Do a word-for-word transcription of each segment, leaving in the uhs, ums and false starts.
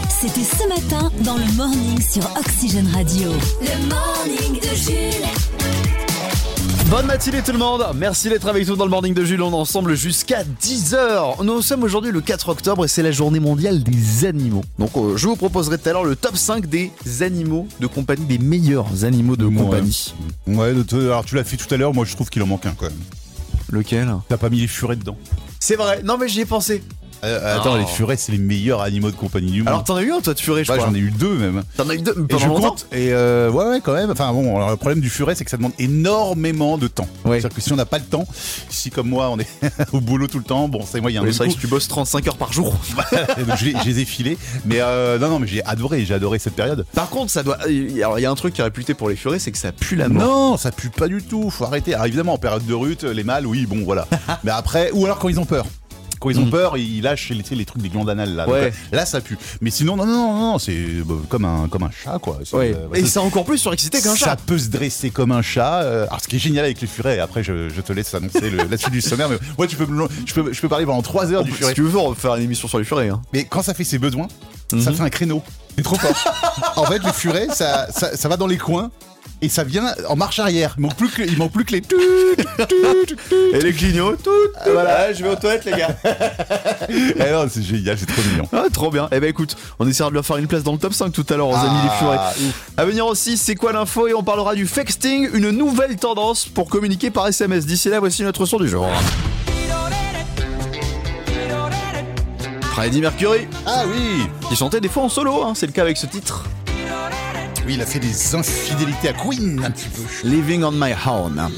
c'était ce matin dans le Morning sur Oxygène Radio. Le Morning de Jules. Bonne matinée tout le monde, merci d'être avec nous dans le Morning de Jules, on est ensemble jusqu'à dix heures. Nous sommes aujourd'hui le quatre octobre et c'est la journée mondiale des animaux. Donc euh, je vous proposerai tout à l'heure le top cinq des animaux de compagnie, des meilleurs animaux de ouais. compagnie. Ouais, alors tu l'as fait tout à l'heure, moi je trouve qu'il en manque un quand même. Lequel ? T'as pas mis les furets dedans. C'est vrai, non mais j'y ai pensé. Euh, attends, oh. les furets, c'est les meilleurs animaux de compagnie du monde. Alors t'en as eu un toi de furet, je ouais, crois. J'en ai eu deux même. T'en as eu deux et pendant je longtemps. compte. Et euh, ouais, ouais, quand même. Enfin bon, alors, le problème du furet, c'est que ça demande énormément de temps. Ouais. C'est-à-dire que si on n'a pas le temps, si comme moi, on est au boulot tout le temps, bon, c'est moyen. Oui, c'est vrai que tu bosses trente-cinq heures par jour. je, les, je les ai filés. Mais euh, non, non, mais j'ai adoré, j'ai adoré cette période. Par contre, ça doit. Alors il y a un truc qui est réputé pour les furets, c'est que ça pue la mort. Non, ça pue pas du tout. Faut arrêter. Alors évidemment, en période de rut, les mâles, oui, bon, voilà. Mais après, ou alors quand ils ont peur. Quand ils ont mmh. peur, ils lâchent les, les trucs des glandes anales là. Ouais. Donc, là, ça pue. Mais sinon, non, non, non, non c'est bah, comme un comme un chat quoi. C'est, ouais. euh, et c'est encore plus surexcité qu'un chat. Ça peut se dresser comme un chat. Euh, alors, ce qui est génial avec les furets, après, je, je te laisse annoncer le, la suite du sommaire. Mais ouais, tu peux, je peux, je peux parler pendant trois heures oh, du furet. Si tu veux, on va faire une émission sur les furets. Hein. Mais quand ça fait ses besoins, mmh. ça fait un créneau. C'est trop fort. En fait, les furets, ça, ça, ça va dans les coins. Et ça vient en marche arrière. Il manque plus que, il manque plus que les tout, tout, tout, et les clignots. Tout, tout. Voilà, je vais aux toilettes, les gars. Eh non, c'est génial, c'est trop mignon. Ah, trop bien. Eh ben écoute, on essaiera de leur faire une place dans le top cinq tout à l'heure aux ah, amis les furets. Ouf. À venir aussi, c'est quoi l'info et on parlera du sexting, une nouvelle tendance pour communiquer par S M S. D'ici là, voici notre son du jour. Freddie Mercury. Ah oui. Qui chantait des fois en solo, hein, c'est le cas avec ce titre. Oui, il a fait des infidélités à Queen un petit peu. Living on my own.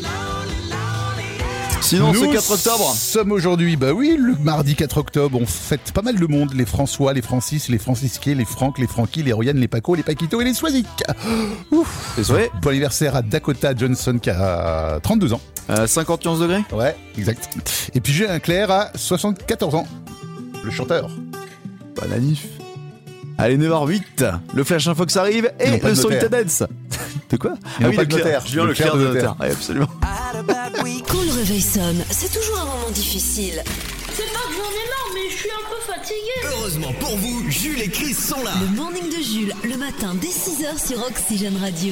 Sinon, Nous ce quatre octobre. Nous sommes aujourd'hui, bah oui, le mardi quatre octobre, on fête pas mal de monde. Les François, les Francis, les Francisqués, les Franck, les Francky, les Royanne, les Paco, les Paquito et les Swazik. Ouf. C'est vrai. Bon anniversaire à Dakota Johnson qui a trente-deux ans. Euh, cinquante et onze degrés. Ouais, exact. Et puis Julien Clerc a soixante-quatorze ans. Le chanteur. Bon anniv. Allez, neuf heures huit, le Flash Infox arrive et le Solita Dance. De quoi? Ah oui, le notaire. Julien le Clerc de notaire. Oui, absolument. Quand le réveil sonne, c'est toujours un moment difficile. C'est pas que j'en ai marre, mais je suis un peu fatiguée. Heureusement pour vous, Jules et Chris sont là. Le Morning de Jules, le matin dès six heures sur Oxygène Radio.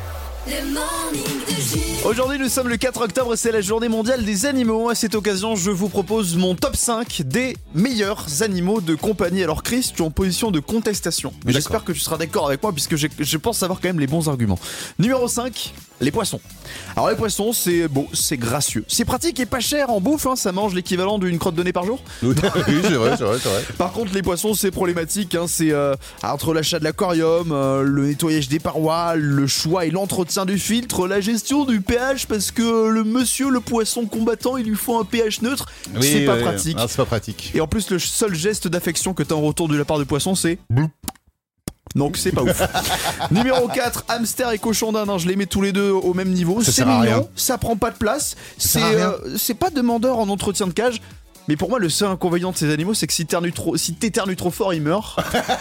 Le Morning de Jules. Aujourd'hui, nous sommes le quatre octobre, c'est la journée mondiale des animaux. À cette occasion, je vous propose mon top cinq des meilleurs animaux de compagnie. Alors Chris, tu es en position de contestation. Mais j'espère que tu seras d'accord avec moi puisque je pense avoir quand même les bons arguments. Numéro cinq, les poissons. Alors les poissons, c'est beau, c'est gracieux. C'est pratique et pas cher en bouffe, hein, ça mange l'équivalent d'une crotte de nez par jour. Oui, c'est vrai, c'est vrai, c'est vrai. Par contre, les poissons, c'est problématique. Hein, c'est euh, entre l'achat de l'aquarium, euh, le nettoyage des parois, le choix et l'entretien du filtre, la gestion du pH, parce que le monsieur, le poisson combattant, il lui faut un pH neutre. Oui, c'est pas oui, pratique. Non, c'est pas pratique. Et en plus, le seul geste d'affection que t'as en retour de la part du poisson, c'est Bloup. Donc c'est pas ouf. Numéro quatre, hamster et cochon d'Inde, hein, je les mets tous les deux au même niveau. Ça c'est mignon, ça prend pas de place, c'est, euh, c'est pas demandeur en entretien de cage. Mais pour moi, le seul inconvénient de ces animaux, c'est que si t'éternues trop, si t'éternues trop fort, ils meurent.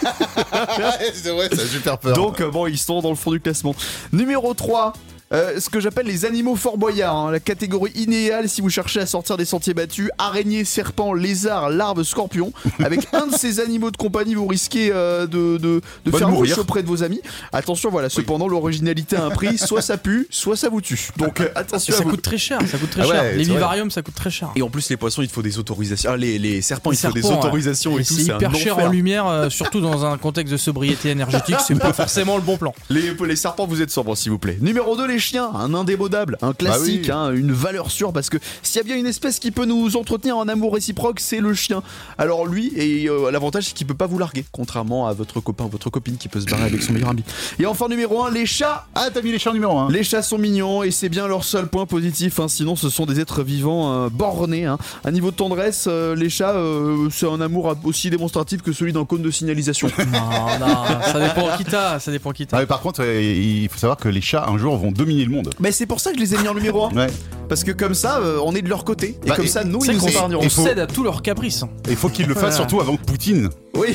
C'est vrai, ça a super peur. Donc euh, bon, ils sont dans le fond du classement. Numéro trois. Euh, ce que j'appelle les animaux fort boyards, hein, la catégorie idéale si vous cherchez à sortir des sentiers battus, araignées, serpents, lézards, larves, scorpions. Avec un de ces animaux de compagnie, vous risquez euh, de, de, de faire mouche auprès de vos amis. Attention, voilà, oui. Cependant, l'originalité a un prix, soit ça pue, soit ça vous tue. Donc euh, attention. Ça à vous. coûte très cher, ça coûte très ah ouais, cher. Les vivariums, ça coûte très cher. Et en plus, les poissons, il te faut des autorisations. Ah, les, les serpents, les il te faut des serpents, autorisations ouais. et, et tout. C'est, c'est hyper cher enfer. en lumière, euh, surtout dans un contexte de sobriété énergétique, c'est pas forcément le bon plan. Les, les serpents, vous êtes sobres, s'il vous plaît. Numéro deux, les chiens, un indémodable. Un classique, bah oui. hein, une valeur sûre, parce que s'il y a bien une espèce qui peut nous entretenir en amour réciproque, c'est le chien. Alors lui, et euh, l'avantage c'est qu'il peut pas vous larguer, contrairement à votre copain ou votre copine qui peut se barrer avec son meilleur ami. Et enfin numéro un, les chats. Ah, t'as mis les chats numéro un. Les chats sont mignons et c'est bien leur seul point positif, hein, sinon ce sont des êtres vivants euh, bornés. Hein. À niveau de tendresse, euh, les chats, euh, c'est un amour aussi démonstratif que celui d'un cône de signalisation. Non, non, ça dépend qui t'as, ça dépend qui t'as. Ah, mais par contre, euh, il faut savoir que les chats un jour vont dominer le monde. Mais c'est pour ça que je les ai mis en numéro un. Ouais. Parce que comme ça, euh, on est de leur côté. Et bah, comme et, ça, nous, ils nous épargneront. On faut... cède à tous leurs caprices. Et il faut qu'ils le fassent surtout avant que Poutine. Oui.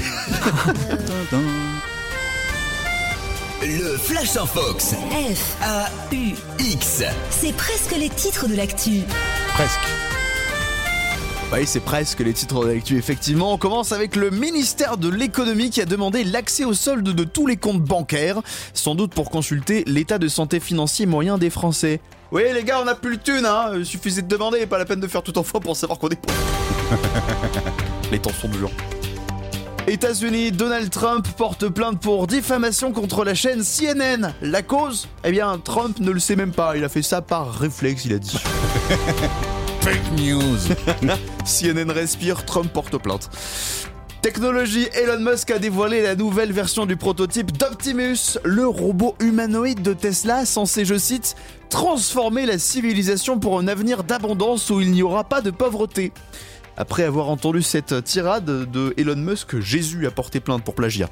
Le Flash Infox. F A U X. C'est presque les titres de l'actu. Presque. Oui, c'est presque les titres de l'actu, effectivement. On commence avec le ministère de l'économie qui a demandé l'accès aux soldes de tous les comptes bancaires, sans doute pour consulter l'état de santé financier moyen des Français. Oui les gars, on a plus le thune, hein. Il suffisait de demander, pas la peine de faire tout en fois pour savoir qu'on est pauvre. Les temps sont durs. États-Unis, Donald Trump porte plainte pour diffamation contre la chaîne C N N. La cause ? Eh bien, Trump ne le sait même pas. Il a fait ça par réflexe, il a dit. Fake news. C N N respire, Trump porte plainte. Technologie, Elon Musk a dévoilé la nouvelle version du prototype d'Optimus, le robot humanoïde de Tesla censé, je cite, transformer la civilisation pour un avenir d'abondance où il n'y aura pas de pauvreté. Après avoir entendu cette tirade de Elon Musk, Jésus a porté plainte pour plagiat.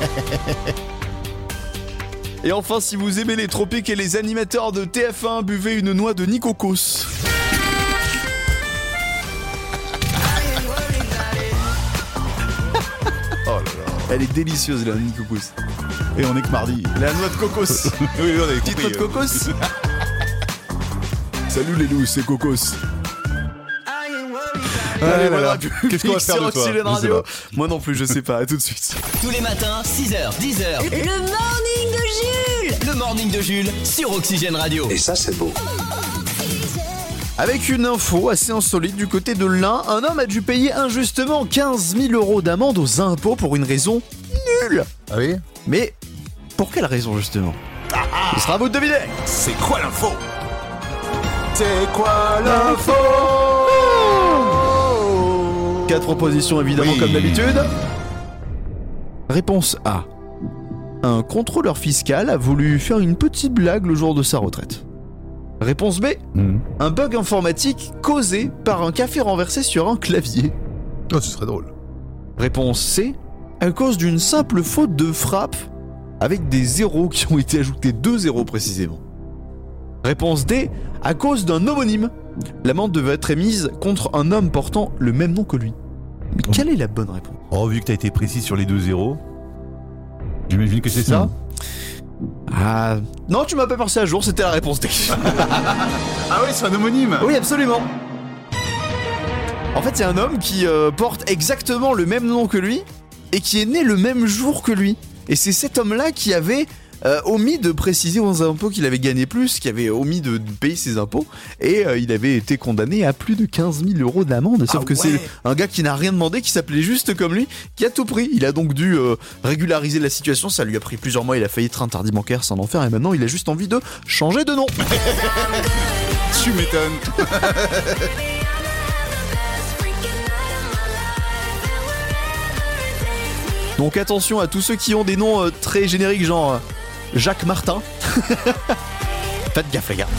Et enfin, si vous aimez les tropiques et les animateurs de T F un, buvez une noix de Nicocos. Oh là là. Elle est délicieuse la noix de Nicocos. Et on est que mardi. La noix de cocos. Oui, on avait Petite compris, noix de euh. cocos. Salut les loups, c'est Cocos. Allez, voilà, voilà. Qu'est-ce qu'on va faire de toi ? Oxygène Je sais Radio. pas. Moi non plus, je sais pas. À tout de suite. Tous les matins, six heures, dix heures. Le morning de Jules. Le morning de Jules sur Oxygène Radio. Et ça, c'est beau. Avec une info assez insolite du côté de l'Ain, un homme a dû payer injustement quinze mille euros d'amende aux impôts pour une raison nulle. Ah oui ? Mais pour quelle raison justement ? Il sera à vous de deviner. C'est quoi l'info ? C'est quoi l'info ? Quatre propositions évidemment Oui. comme d'habitude. Réponse A. Un contrôleur fiscal a voulu faire une petite blague le jour de sa retraite. Réponse B. Mmh. Un bug informatique causé par un café renversé sur un clavier. Oh, ce serait drôle. Réponse C. À cause d'une simple faute de frappe avec des zéros qui ont été ajoutés, deux zéros précisément. Réponse D. À cause d'un homonyme. L'amende devait être émise contre un homme portant le même nom que lui. Mais quelle est la bonne réponse ? Oh, vu que t'as été précis sur les deux zéros, j'imagine que c'est ça. Ah... Non, tu m'as pas passé à jour, c'était la réponse D. Ah oui, c'est un homonyme. Oui, absolument. En fait, c'est un homme qui euh, porte exactement le même nom que lui et qui est né le même jour que lui. Et c'est cet homme-là qui avait euh, omis de préciser aux impôts qu'il avait gagné plus, qui avait omis de, de payer ses impôts, et euh, il avait été condamné à plus de quinze mille euros d'amende. Sauf Ah que ouais. c'est un gars qui n'a rien demandé, qui s'appelait juste comme lui, qui a tout pris. Il a donc dû euh, régulariser la situation, ça lui a pris plusieurs mois, il a failli être interdit bancaire, c'est un enfer, et maintenant il a juste envie de changer de nom. Tu m'étonnes. Donc attention à tous ceux qui ont des noms euh, très génériques, genre euh, Jacques Martin. Faites gaffe les gars.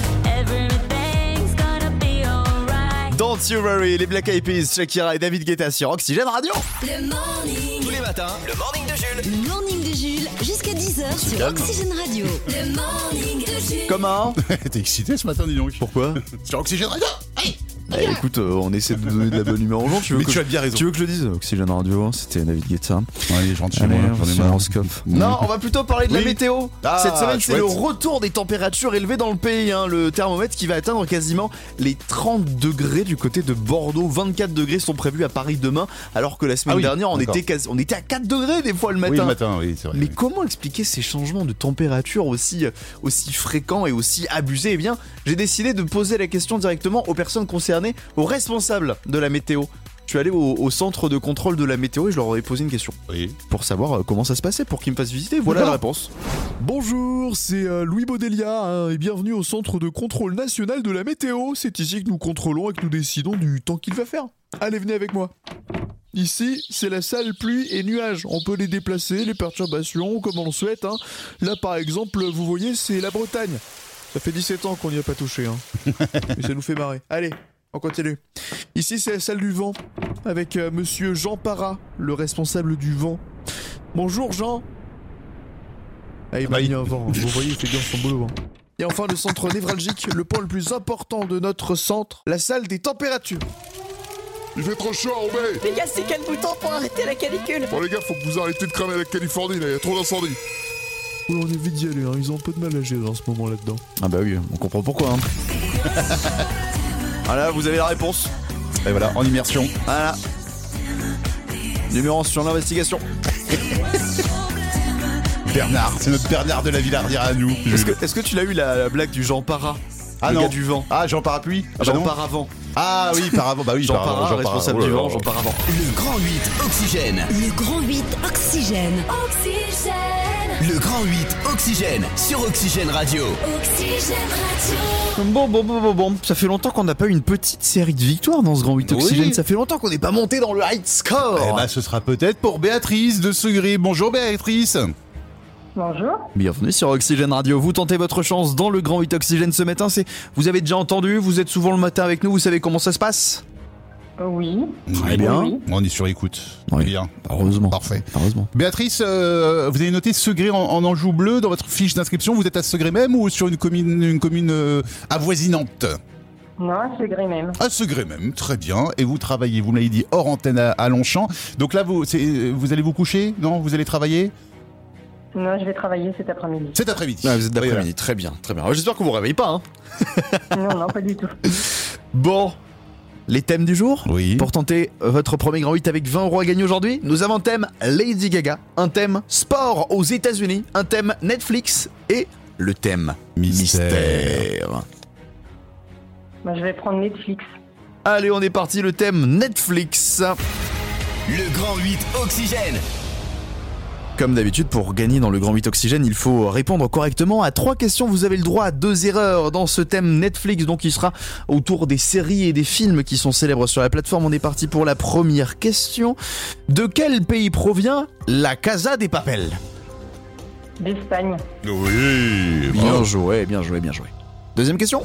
Don't you worry, les Black Eyed Peas, Shakira et David Guetta sur Oxygène Radio. Le morning. Tous les matins, le morning de Jules. Le morning de Jules jusqu'à dix heures sur calme. Oxygène Radio. Le morning de Jules. Comment ? T'es excité ce matin, dis donc. Pourquoi ? Sur Oxygène Radio. Eh, écoute, euh, on essaie de donner de la bonne humeur aux gens. Tu veux Mais que tu as bien raison. Tu veux que je le dise ? Oxygène Radio, hein, c'était David Guetta. Allez, je rentre chez Allez, moi, on j'en ai fait marre. l'horoscope. Non, on va plutôt parler de la Oui. météo. Ah, Cette semaine, c'est chouette. le retour des températures élevées dans le pays. Hein. Le thermomètre qui va atteindre quasiment les trente degrés du côté de Bordeaux. vingt-quatre degrés sont prévus à Paris demain, alors que la semaine Ah oui, dernière, on d'accord. était, quasi- on était à quatre degrés des fois le matin. Oui, le matin, oui, c'est vrai. Mais comment expliquer ces changements de température aussi, aussi fréquents et aussi abusés ? Eh bien, j'ai décidé de poser la question directement aux personnes concernées, aux responsables de la météo. Je suis allé au, au centre de contrôle de la météo et je leur ai posé une question Oui. pour savoir euh, comment ça se passait, pour qu'ils me fassent visiter. Voilà la D'accord. réponse. Bonjour, c'est euh, Louis Baudelia hein, et bienvenue au centre de contrôle national de la météo. C'est ici que nous contrôlons et que nous décidons du temps qu'il va faire. Allez, venez avec moi. Ici, c'est la salle pluie et nuages. On peut les déplacer, les perturbations, comme on le souhaite. Hein. Là, par exemple, vous voyez, c'est la Bretagne. Ça fait dix-sept ans qu'on n'y a pas touché. Hein. Et ça nous fait marrer. Allez, on continue. Ici, c'est la salle du vent, avec euh, monsieur Jean Parra, le responsable du vent. Bonjour, Jean. Ah, il m'a Ah, il- mis un vent. Hein. Vous voyez, il fait bien son boulot. Hein. Et enfin, le centre névralgique, le point le plus important de notre centre, la salle des températures. Il fait trop chaud, Roubaix. Les gars, c'est quel bouton pour arrêter la canicule? Bon les gars, faut que vous arrêtez de cramer la Californie, là, il y a trop d'incendies. Oui, on évite d'y aller, hein. Ils ont un peu de mal à gérer en ce moment là-dedans. Ah bah oui, on comprend pourquoi. Hein. Voilà, vous avez la réponse. Et voilà, en immersion. Voilà. Numéro un sur l'investigation. Bernard, c'est notre Bernard de la Villardière à nous. Est-ce que, est-ce que tu l'as eu la, la blague du Jean Para? Ah le non. gars du vent. Ah, Jean Parapluie. Ah, bah Jean non. Paravent. Ah oui, Paravent. Bah oui, Jean Paravent, Para, Jean responsable Paravent. du Oh là vent, là. Jean Paravent. Le Grand huit Oxygène. Le grand huit Oxygène. Oxygène. Le Grand huit Oxygène sur Oxygène Radio. Oxygène Radio. Bon, bon, bon, bon, bon. Ça fait longtemps qu'on n'a pas eu une petite série de victoires dans ce Grand huit Oxygène. Oui. Ça fait longtemps qu'on n'est pas monté dans le high score. Eh bah, ce sera peut-être pour Béatrice de Segré. Bonjour Béatrice. Bonjour. Bienvenue sur Oxygène Radio. Vous tentez votre chance dans le Grand huit Oxygène ce matin. C'est, vous avez déjà entendu, vous êtes souvent le matin avec nous, vous savez comment ça se passe? Oui. Très bien. Oui. On est sur écoute. Oui. Bien. Heureusement. Parfait. Heureusement. Béatrice, euh, vous avez noté Segré en, en Anjou bleu dans votre fiche d'inscription. Vous êtes à Segré même ou sur une commune, une commune euh, avoisinante? Non, c'est gris même. À Segré même, très bien. Et vous travaillez, vous me l'avez dit, hors antenne à, à Longchamp. Donc là, vous, c'est, vous allez vous coucher? Non, vous allez travailler Non, je vais travailler cet après-midi. cet après-midi. Ah, vous êtes Oui, d'après-midi, très bien, très bien. Alors, j'espère que vous vous réveillez pas. Hein. Non, non, pas du tout. Bon, les thèmes du jour. Oui. Pour tenter votre premier Grand huit avec vingt euros à gagner aujourd'hui, nous avons un thème Lady Gaga, un thème sport aux États-Unis, un thème Netflix et le thème Mystère. mystère. Bah, je vais prendre Netflix. Allez, on est parti, le thème Netflix. Le Grand huit Oxygène. Comme d'habitude, pour gagner dans le Grand huit Oxygène, il faut répondre correctement à trois questions. Vous avez le droit à deux erreurs dans ce thème Netflix, donc il sera autour des séries et des films qui sont célèbres sur la plateforme. On est parti pour la première question. De quel pays provient la Casa de Papel? D'Espagne. Oui. Bien bravo. joué, bien joué, bien joué. Deuxième question.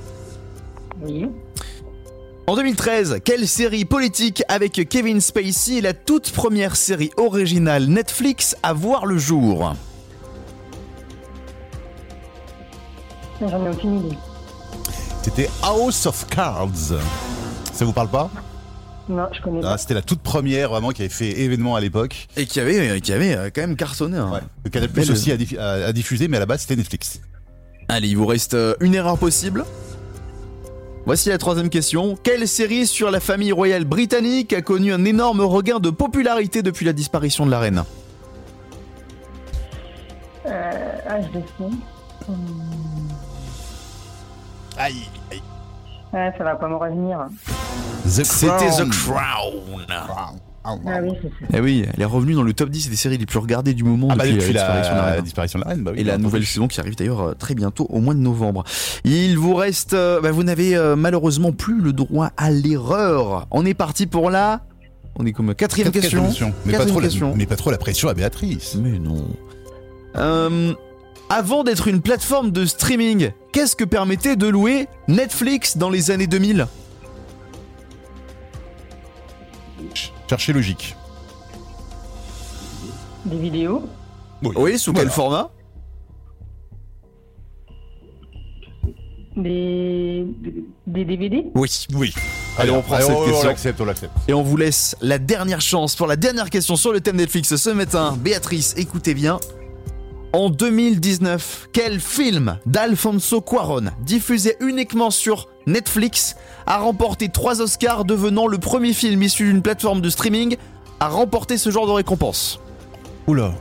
Oui. En deux mille treize, quelle série politique avec Kevin Spacey est la toute première série originale Netflix à voir le jour? J'en ai aucune idée. C'était House of Cards. Ça vous parle pas? Non, je connais Ah, pas. c'était la toute première vraiment qui avait fait événement à l'époque. Et qui avait, qui avait euh, quand même cartonné. Hein. Ouais. Le Canal Plus Belle- aussi a, diffu- a- a diffusé, mais à la base c'était Netflix. Allez, il vous reste euh, une erreur possible. Voici la troisième question. Quelle série sur la famille royale britannique a connu un énorme regain de popularité depuis la disparition de la reine? Euh, ah, je le sais. Hum, Aïe, aïe. Ah, ça va pas me revenir. The C'était Crown. The Crown. Ah oui, c'est ça. Eh oui, elle est revenue dans le top dix des séries les plus regardées du moment Ah bah depuis, depuis la disparition de la la, reine. la disparition de la reine, bah oui. Et la bien nouvelle entendu. saison qui arrive d'ailleurs euh, très bientôt au mois de novembre. Il vous reste, euh, bah, vous n'avez euh, malheureusement plus le droit à l'erreur. On est parti pour la, on est comme quatrième Quatrième question. Mais, pas Quatrième trop la, question. mais pas trop la pression à Béatrice. Mais non. Euh, avant d'être une plateforme de streaming, qu'est-ce que permettait de louer Netflix dans les années deux mille? Cherchez logique. Des vidéos. Oui, sous Voilà. quel format? Des... Des D V D. Oui. Oui. Allez, on prend cette on, question. On l'accepte, on l'accepte. Et on vous laisse la dernière chance pour la dernière question sur le thème Netflix ce matin. Béatrice, écoutez bien. En deux mille dix-neuf, quel film d'Alfonso Cuarón, diffusé uniquement sur Netflix, a remporté trois Oscars, devenant le premier film issu d'une plateforme de streaming à remporter ce genre de récompense? Oula.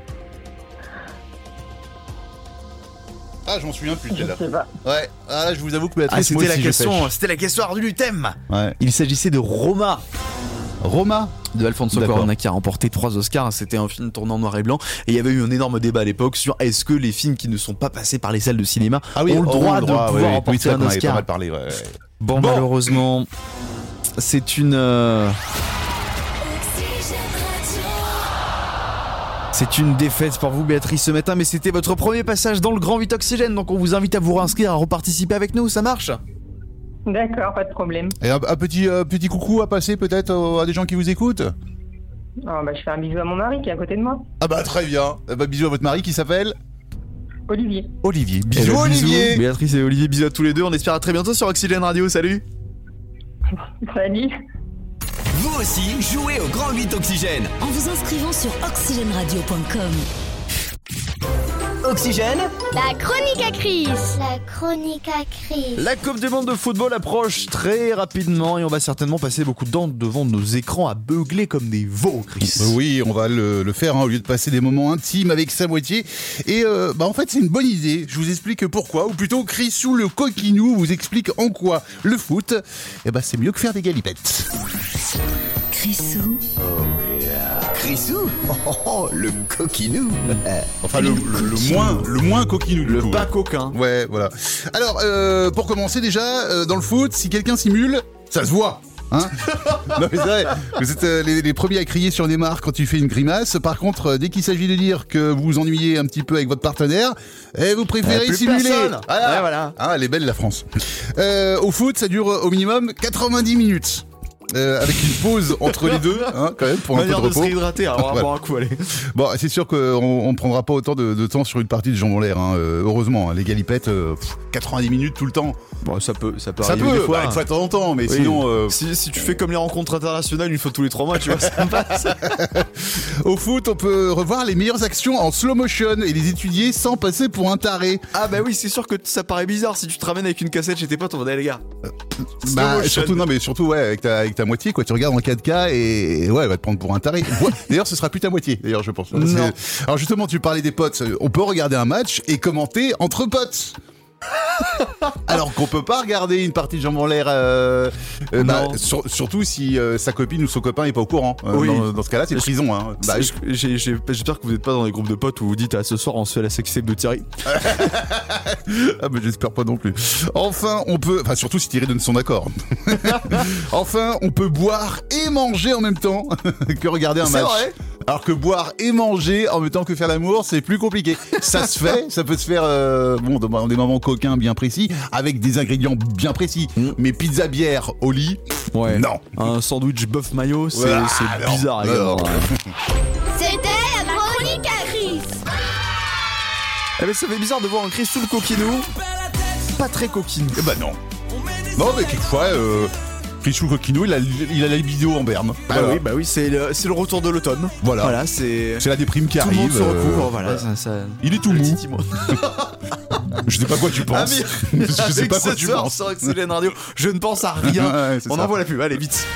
Ah, je m'en souviens plus de Je celle-là. sais pas. Ouais, ah, là, je vous avoue que Béatrice, Ah, moi c'était la aussi, je question, pêche. c'était la question ardue du thème. Ouais. Il s'agissait de Roma, Roma. de Alfonso D'accord. Cuarón, qui a remporté trois Oscars. C'était un film tourné en noir et blanc. Et il y avait eu un énorme débat à l'époque sur est-ce que les films qui ne sont pas passés par les salles de cinéma ont le oh, droit de pouvoir oui, oui. remporter Oui, c'est vrai un qu'on avait pas Oscar. mal parlé, ouais, ouais. Bon, Bon. malheureusement, c'est une... euh, C'est une défaite pour vous, Béatrice, ce matin, mais c'était votre premier passage dans le Grand huit Oxygène, donc on vous invite à vous réinscrire, à reparticiper avec nous, ça marche? D'accord, pas de problème. Et un, un petit, euh, petit coucou à passer peut-être euh, à des gens qui vous écoutent. Ah, bah, je fais un bisou à mon mari qui est à côté de moi. Ah bah très bien. Eh bah, bisous à votre mari qui s'appelle Olivier. Olivier. Eh Bisous ben, Olivier. Béatrice et Olivier, bisous à tous les deux, on espère à très bientôt sur Oxygène Radio, salut. Salut. Vous aussi, jouez au Grand huit Oxygène. En vous inscrivant sur oxygène radio point com. Oxygène, La chronique à Chris. La chronique à Chris. La Coupe du Monde de football approche très rapidement et on va certainement passer beaucoup de temps devant nos écrans à beugler comme des veaux, Chris. Oui, on va le, le faire hein, au lieu de passer des moments intimes avec sa moitié. Et euh, bah en fait, c'est une bonne idée. Je vous explique pourquoi, ou plutôt Chrisou le coquinou vous explique en quoi le foot, eh bah c'est mieux que faire des galipettes. Chrisou. Chrisou, oh, oh, oh, le coquinou. Enfin, le, le, le moins, le moins coquinou. Le coup, pas ouais. coquin. Ouais, voilà. Alors, euh, pour commencer déjà, euh, dans le foot, si quelqu'un simule, ça se voit. Hein non mais c'est vrai, vous êtes euh, les, les premiers à crier sur Neymar quand tu fais une grimace. Par contre, euh, dès qu'il s'agit de dire que vous vous ennuyez un petit peu avec votre partenaire, eh, vous préférez plus simuler. personne. Voilà. Ouais, voilà. Ah, elle est belle la France. Euh, au foot, ça dure au minimum quatre-vingt-dix minutes. Euh, avec une pause entre les deux, hein, quand même, pour un peu de Manière de se repos. réhydrater, alors on va Voilà. boire un coup, allez. Bon, c'est sûr qu'on on prendra pas autant de, de temps sur une partie de jambes en l'air, hein. euh, heureusement. Hein, les galipettes, euh, pff, quatre-vingt-dix minutes tout le temps. Bon, ça peut, ça peut Ça arriver peut, des fois. bah, une fois de temps en temps, mais Oui. sinon... euh, Si, si tu fais comme les rencontres internationales une fois tous les trois mois, tu vois, ça passe. Au foot, on peut revoir les meilleures actions en slow motion et les étudier sans passer pour un taré. Ah bah oui, c'est sûr que ça paraît bizarre si tu te ramènes avec une cassette chez tes potes, on va dire les gars. Slow Bah, motion. surtout, non, mais surtout, ouais, avec ta, avec ta moitié, quoi. Tu regardes en quatre K et, et ouais, elle va te prendre pour un taré. Ouais, d'ailleurs, ce sera plus ta moitié, d'ailleurs, je pense. Non. C'est- Alors, justement, tu parlais des potes. On peut regarder un match et commenter entre potes. Alors qu'on peut pas regarder une partie de jambes en l'air, euh, euh, bah, Non. sur- surtout si euh, sa copine ou son copain est pas au courant. Euh, Oui. dans, dans ce cas-là, c'est prison. Hein. Bah, Bah, j'ai- j'ai- J'espère que vous n'êtes pas dans les groupes de potes où vous dites ah, ce soir on se fait la sextape de Thierry. Ah mais j'espère pas non plus. Enfin, on peut, enfin surtout si Thierry donne son accord. Enfin, on peut boire et manger en même temps que regarder un C'est match. vrai. Alors que boire et manger en même temps que faire l'amour, c'est plus compliqué. Ça se fait, ça peut se faire euh, bon dans des moments coquins bien précis, avec des ingrédients bien précis. Mais pizza bière au lit, Ouais. non. Un sandwich bœuf mayo, c'est Ah, c'est non. bizarre Non, également. non. C'était la chronique à Chris. Eh ben, ça fait bizarre de voir un Chris sous le coquinou. Pas très coquine. Eh ben non. Non mais quelquefois, euh, Chrisou Coquino, il a, il a la libido en berne. Bah Voilà. oui, bah oui, c'est le, c'est le retour de l'automne. Voilà. Voilà, c'est. C'est la déprime qui Tout le monde arrive. se recouvre, euh, voilà. Ça, ça- Il est tout le mou. titi, moi. Je sais pas quoi tu penses. Amir, je sais pas quoi avec tu ce soir penses. sur Oxygène Radio, je ne pense à rien. Ouais, c'est On ça. envoie la pub, allez vite.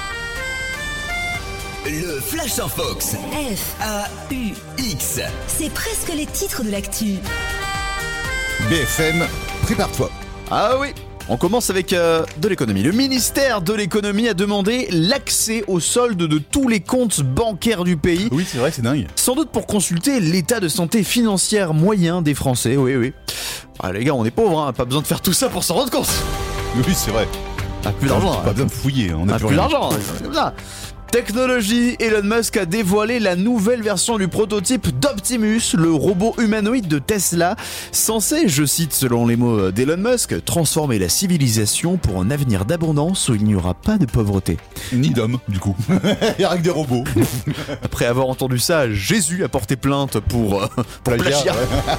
Le Flash en Fox. F, A U X. c'est presque les titres de l'actu. B F M, prépare-toi. Ah oui. On commence avec euh, de l'économie. Le ministère de l'économie a demandé l'accès au solde de tous les comptes bancaires du pays. Oui, c'est vrai, c'est dingue. Sans doute pour consulter l'état de santé financière moyen des Français. Oui, oui. Ah, les gars, on est pauvres, hein. Pas besoin de faire tout ça pour s'en rendre compte. Oui, c'est vrai. Ah, plus d'argent. Pas hein. besoin de fouiller, on On a a plus plus rien. d'argent. c'est comme ça. Technologie, Elon Musk a dévoilé la nouvelle version du prototype d'Optimus, le robot humanoïde de Tesla, censé, je cite selon les mots d'Elon Musk, transformer la civilisation pour un avenir d'abondance où il n'y aura pas de pauvreté. Ni d'homme, du coup. Il y a que des robots. Après avoir entendu ça, Jésus a porté plainte pour, euh, pour plagiat. ouais.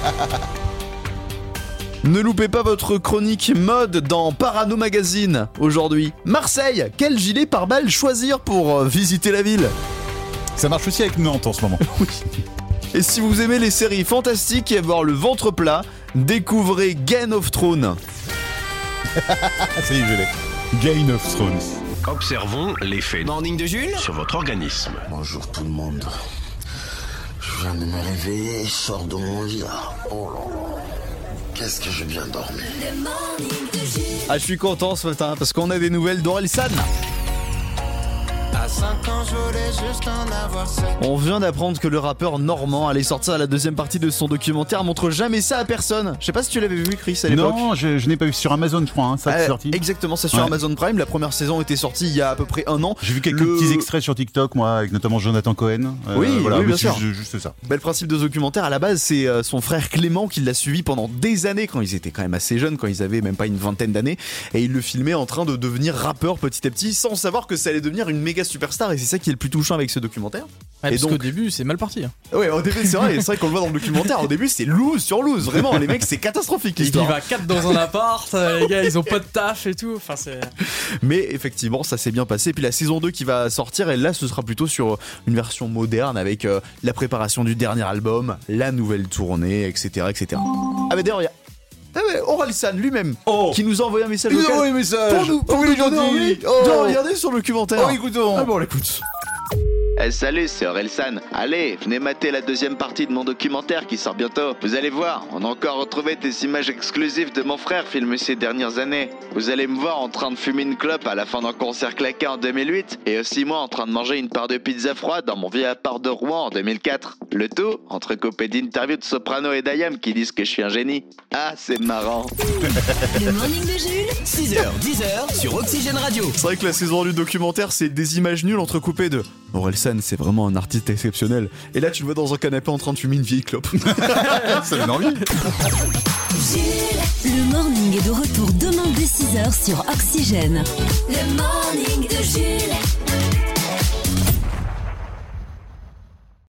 Ne loupez pas votre chronique mode dans Parano Magazine aujourd'hui. Marseille, quel gilet pare-balles choisir pour euh, visiter la ville? Ça marche aussi avec Nantes en ce moment. Et si vous aimez les séries fantastiques et avoir le ventre plat, découvrez Game of Thrones. Ah, ça y est, je l'ai. Game of Thrones. Observons l'effet Morning de Jules. sur votre organisme. Bonjour tout le monde. Je viens de me réveiller et je sors de mon lit là. Oh là là. Qu'est-ce que j'ai bien dormi. Ah, je suis content ce matin parce qu'on a des nouvelles d'Orelsan. On vient d'apprendre que le rappeur normand allait sortir à la deuxième partie de son documentaire Montre jamais ça à personne. Je sais pas si tu l'avais vu, Chris, à l'époque. Non, je, je n'ai pas vu sur Amazon, je crois, hein, ça Euh, c'est sorti. Exactement, c'est sur Ouais. Amazon Prime. La première saison était sortie il y a à peu près un an. J'ai vu quelques Le- petits extraits sur TikTok, moi, avec notamment Jonathan Cohen. Euh, Oui, voilà, oui, mais bien c'est sûr. ju- Juste ça. Bah, le principe de ce documentaire, à la base, c'est euh, son frère Clément qui l'a suivi pendant des années, quand ils étaient quand même assez jeunes, quand ils avaient même pas une vingtaine d'années, et il le filmait en train de devenir rappeur petit à petit, sans savoir que ça allait devenir une méga superstar et c'est ça qui est le plus touchant avec ce documentaire. Ouais, et parce donc, qu'au début, c'est mal parti. Hein. Ouais, au début, c'est vrai, c'est vrai qu'on le voit dans le documentaire. Au début, c'est loose sur loose, vraiment. Les mecs, c'est catastrophique Ils l'histoire. vivent à quatre dans un appart, les gars, ils ont pas de taf et tout. Enfin, c'est. Mais effectivement, ça s'est bien passé. Puis la saison deux qui va sortir, et là, ce sera plutôt sur une version moderne avec euh, la préparation du dernier album, la nouvelle tournée, et cetera, et cetera. Ah, mais d'ailleurs, il y a. Ah ouais, Orelsan lui-même Oh. qui nous a envoyé un message Il nous a vocal envoyé un message. pour nous, pour Oh, il nous est donner gentil. envie Oh. de regarder sur le documentaire. Oh, écoutons. Ah bon, on l'écoute. Eh, salut, c'est Orelsan. Allez, venez mater la deuxième partie de mon documentaire qui sort bientôt. Vous allez voir, on a encore retrouvé des images exclusives de mon frère filmées ces dernières années. Vous allez me voir en train de fumer une clope à la fin d'un concert claqué en deux mille huit et aussi moi en train de manger une part de pizza froide dans mon vieux appart de Rouen en deux mille quatre. Le tout entrecoupé d'interviews de Soprano et d'Ayam qui disent que je suis un génie. Ah, c'est marrant. Le morning de Jules. six heures, dix heures sur Oxygène Radio. C'est vrai que la saison du documentaire, c'est des images nulles entrecoupées de Orelsan, c'est vraiment un artiste exceptionnel. Et là, tu le vois dans un canapé en train de fumer une vieille clope. Ça donne envie. Jules. Le morning est de retour demain dès six heures sur Oxygène. Le morning de Jules.